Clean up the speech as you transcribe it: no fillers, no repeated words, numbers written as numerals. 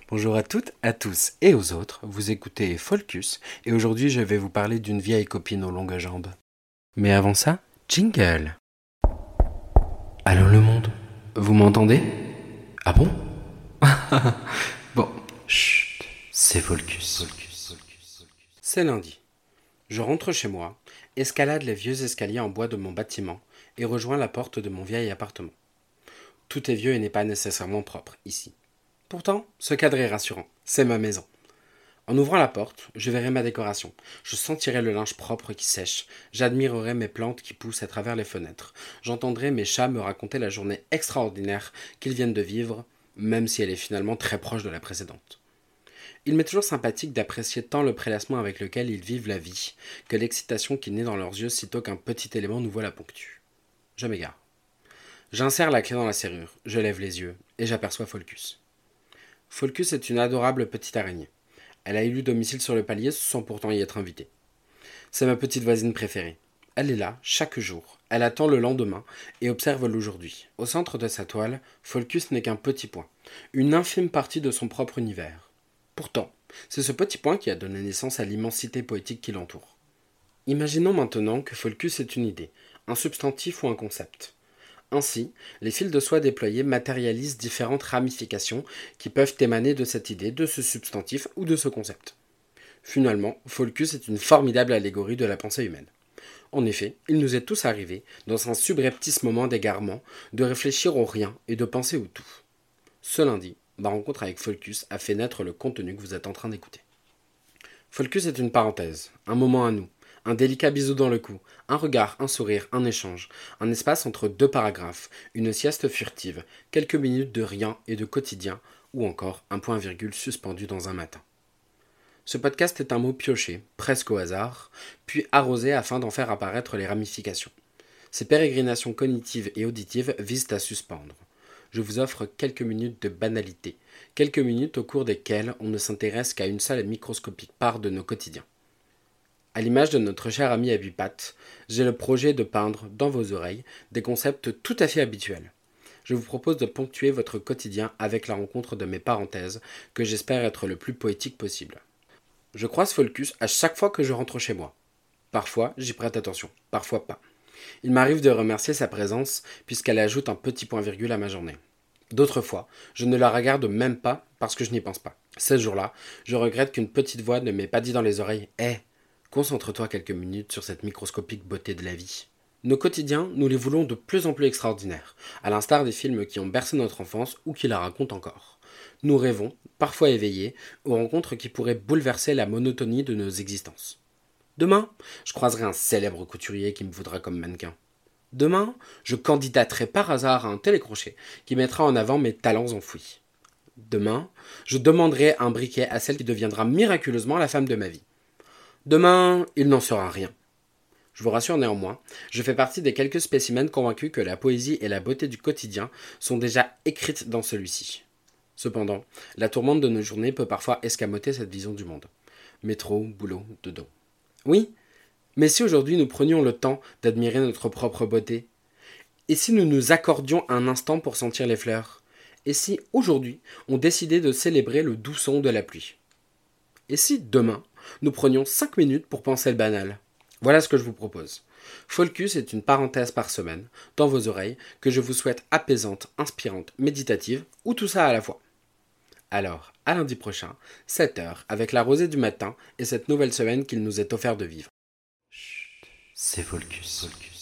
Bonjour à toutes, à tous et aux autres, vous écoutez Folcus et aujourd'hui je vais vous parler d'une vieille copine aux longues jambes. Mais avant ça, jingle. Allô le monde, vous m'entendez? Ah bon? Bon, chut, c'est Folcus. C'est lundi. Je rentre chez moi, escalade les vieux escaliers en bois de mon bâtiment et rejoins la porte de mon vieil appartement. Tout est vieux et n'est pas nécessairement propre ici. Pourtant, ce cadre est rassurant, c'est ma maison. En ouvrant la porte, je verrai ma décoration. Je sentirai le linge propre qui sèche. J'admirerai mes plantes qui poussent à travers les fenêtres. J'entendrai mes chats me raconter la journée extraordinaire qu'ils viennent de vivre, même si elle est finalement très proche de la précédente. Il m'est toujours sympathique d'apprécier tant le prélassement avec lequel ils vivent la vie, que l'excitation qui naît dans leurs yeux sitôt qu'un petit élément nouveau la ponctue. Je m'égare. J'insère la clé dans la serrure, je lève les yeux, et j'aperçois Folcus. Folcus est une adorable petite araignée. Elle a élu domicile sur le palier sans pourtant y être invitée. C'est ma petite voisine préférée. Elle est là, chaque jour. Elle attend le lendemain et observe l'aujourd'hui. Au centre de sa toile, Folcus n'est qu'un petit point, une infime partie de son propre univers. Pourtant, c'est ce petit point qui a donné naissance à l'immensité poétique qui l'entoure. Imaginons maintenant que Folcus est une idée, un substantif ou un concept. Ainsi, les fils de soie déployés matérialisent différentes ramifications qui peuvent émaner de cette idée, de ce substantif ou de ce concept. Finalement, Folcus est une formidable allégorie de la pensée humaine. En effet, il nous est tous arrivé, dans un subreptice moment d'égarement, de réfléchir au rien et de penser au tout. Ce lundi, ma rencontre avec Folcus a fait naître le contenu que vous êtes en train d'écouter. Folcus est une parenthèse, un moment à nous, un délicat bisou dans le cou, un regard, un sourire, un échange, un espace entre deux paragraphes, une sieste furtive, quelques minutes de rien et de quotidien, ou encore un point-virgule suspendu dans un matin. Ce podcast est un mot pioché, presque au hasard, puis arrosé afin d'en faire apparaître les ramifications. Ces pérégrinations cognitives et auditives visent à suspendre. Je vous offre quelques minutes de banalité, quelques minutes au cours desquelles on ne s'intéresse qu'à une seule et microscopique part de nos quotidiens. À l'image de notre cher ami à 8 pattes, j'ai le projet de peindre, dans vos oreilles, des concepts tout à fait habituels. Je vous propose de ponctuer votre quotidien avec la rencontre de mes parenthèses, que j'espère être le plus poétique possible. Je croise Folcus à chaque fois que je rentre chez moi. Parfois, j'y prête attention, parfois pas. Il m'arrive de remercier sa présence, puisqu'elle ajoute un petit point-virgule à ma journée. D'autres fois, je ne la regarde même pas parce que je n'y pense pas. Ces jours-là, je regrette qu'une petite voix ne m'ait pas dit dans les oreilles « Hé, concentre-toi quelques minutes sur cette microscopique beauté de la vie. » Nos quotidiens, nous les voulons de plus en plus extraordinaires, à l'instar des films qui ont bercé notre enfance ou qui la racontent encore. Nous rêvons, parfois éveillés, aux rencontres qui pourraient bouleverser la monotonie de nos existences. Demain, je croiserai un célèbre couturier qui me voudra comme mannequin. Demain, je candidaterai par hasard à un télécrochet qui mettra en avant mes talents enfouis. Demain, je demanderai un briquet à celle qui deviendra miraculeusement la femme de ma vie. Demain, il n'en sera rien. Je vous rassure néanmoins, je fais partie des quelques spécimens convaincus que la poésie et la beauté du quotidien sont déjà écrites dans celui-ci. Cependant, la tourmente de nos journées peut parfois escamoter cette vision du monde. Métro, boulot, dodo. Oui, mais si aujourd'hui nous prenions le temps d'admirer notre propre beauté? Et si nous nous accordions un instant pour sentir les fleurs? Et si aujourd'hui on décidait de célébrer le doux son de la pluie? Et si demain nous prenions 5 minutes pour penser le banal? Voilà ce que je vous propose. Folcus est une parenthèse par semaine, dans vos oreilles, que je vous souhaite apaisante, inspirante, méditative, ou tout ça à la fois. Alors, à lundi prochain, 7 heures, avec la rosée du matin et cette nouvelle semaine qu'il nous est offert de vivre. Chut, c'est Folcus.